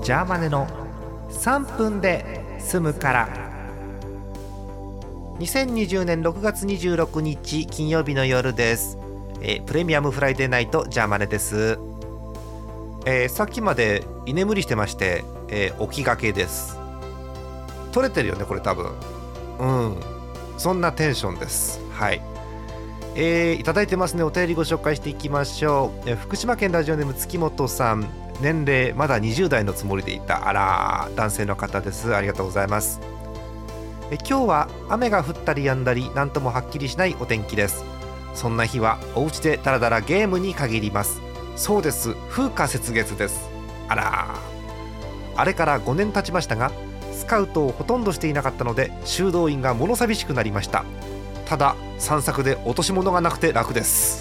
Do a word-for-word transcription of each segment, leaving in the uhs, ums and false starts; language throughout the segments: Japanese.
ジャーマネのさんぷんで済むから。にせんにじゅうねんろくがつにじゅうろくにち金曜日の夜です。えー、プレミアムフライデーナイトジャーマネです。えー、さっきまで居眠りしてまして、えー、起きがけです。取れてるよねこれ多分。うんそんなテンションです。はい、えー、いただいてますね。お便りご紹介していきましょう。えー、福島県ラジオネーム月本さん、年齢まだにじゅうだいのつもりでいた。あら男性の方です。ありがとうございます。え今日は雨が降ったり止んだり、なんともはっきりしないお天気です。そんな日はお家でダラダラゲームに限ります。そうです、風花雪月です。あらあれからごねん経ちましたが、スカウトをほとんどしていなかったので修道院が物寂しくなりました。ただ散策で落とし物がなくて楽です。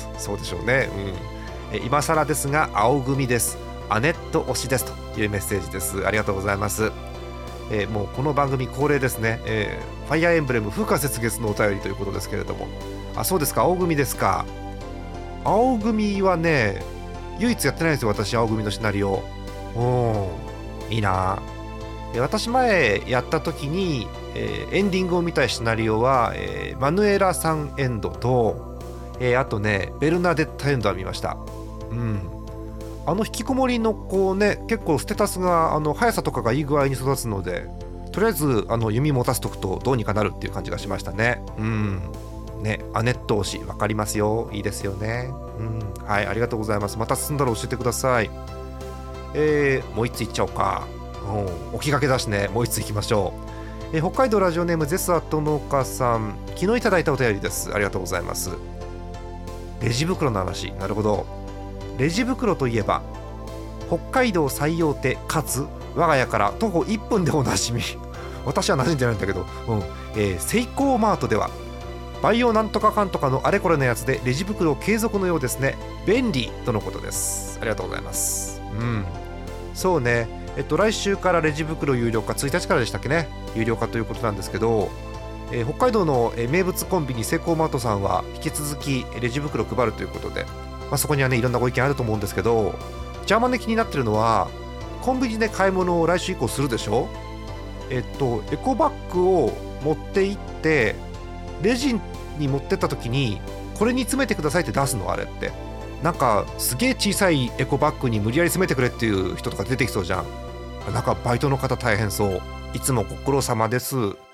そうでしょうね、うん、え今更ですが青組です。アネット推しですというメッセージです。ありがとうございます。えー、もうこの番組恒例ですね、えー、ファイアーエンブレム風花雪月のお便りということですけれども、あそうですか、青組ですか。青組はね唯一やってないんですよ私。青組のシナリオうんいいな。私前やった時に、えー、エンディングを見たシナリオは、えー、マヌエラさんエンドと、えー、あとねベルナデッタエンドは見ました。うんあの引きこもりの子ね、結構ステータスがあの速さとかがいい具合に育つので、とりあえずあの弓持たせとくとどうにかなるっていう感じがしましたね。うんね、アネット推し分かりますよ。いいですよね。うんはいありがとうございます。また進んだら教えてください。えー、もう一ついっちゃおうか。うん起きがけだしね。もう一ついきましょう。えー、北海道ラジオネームゼスアット農家さん、昨日いただいたお便りです。ありがとうございます。レジ袋の話、なるほど。レジ袋といえば北海道最大手かつ我が家から徒歩いっぷんでおなじみ私は馴染んでないんだけど、うんえー、セイコーマートではバイオなんとかかんとかのあれこれのやつでレジ袋継続のようですね。便利とのことです。ありがとうございます。うんそうね、えっと来週からレジ袋有料化、ついたちからでしたっけね、有料化ということなんですけど、えー、北海道の名物コンビニセイコーマートさんは引き続きレジ袋を配るということで、まあ、そこにはねいろんなご意見あると思うんですけど、ジャーマネ気になってるのはコンビニで買い物を来週以降するでしょ。えっとエコバッグを持って行ってレジに持ってった時にこれに詰めてくださいって出すの。あれってなんかすげえ小さいエコバッグに無理やり詰めてくれっていう人とか出てきそうじゃん。なんかバイトの方大変そう。いつもご苦労様です。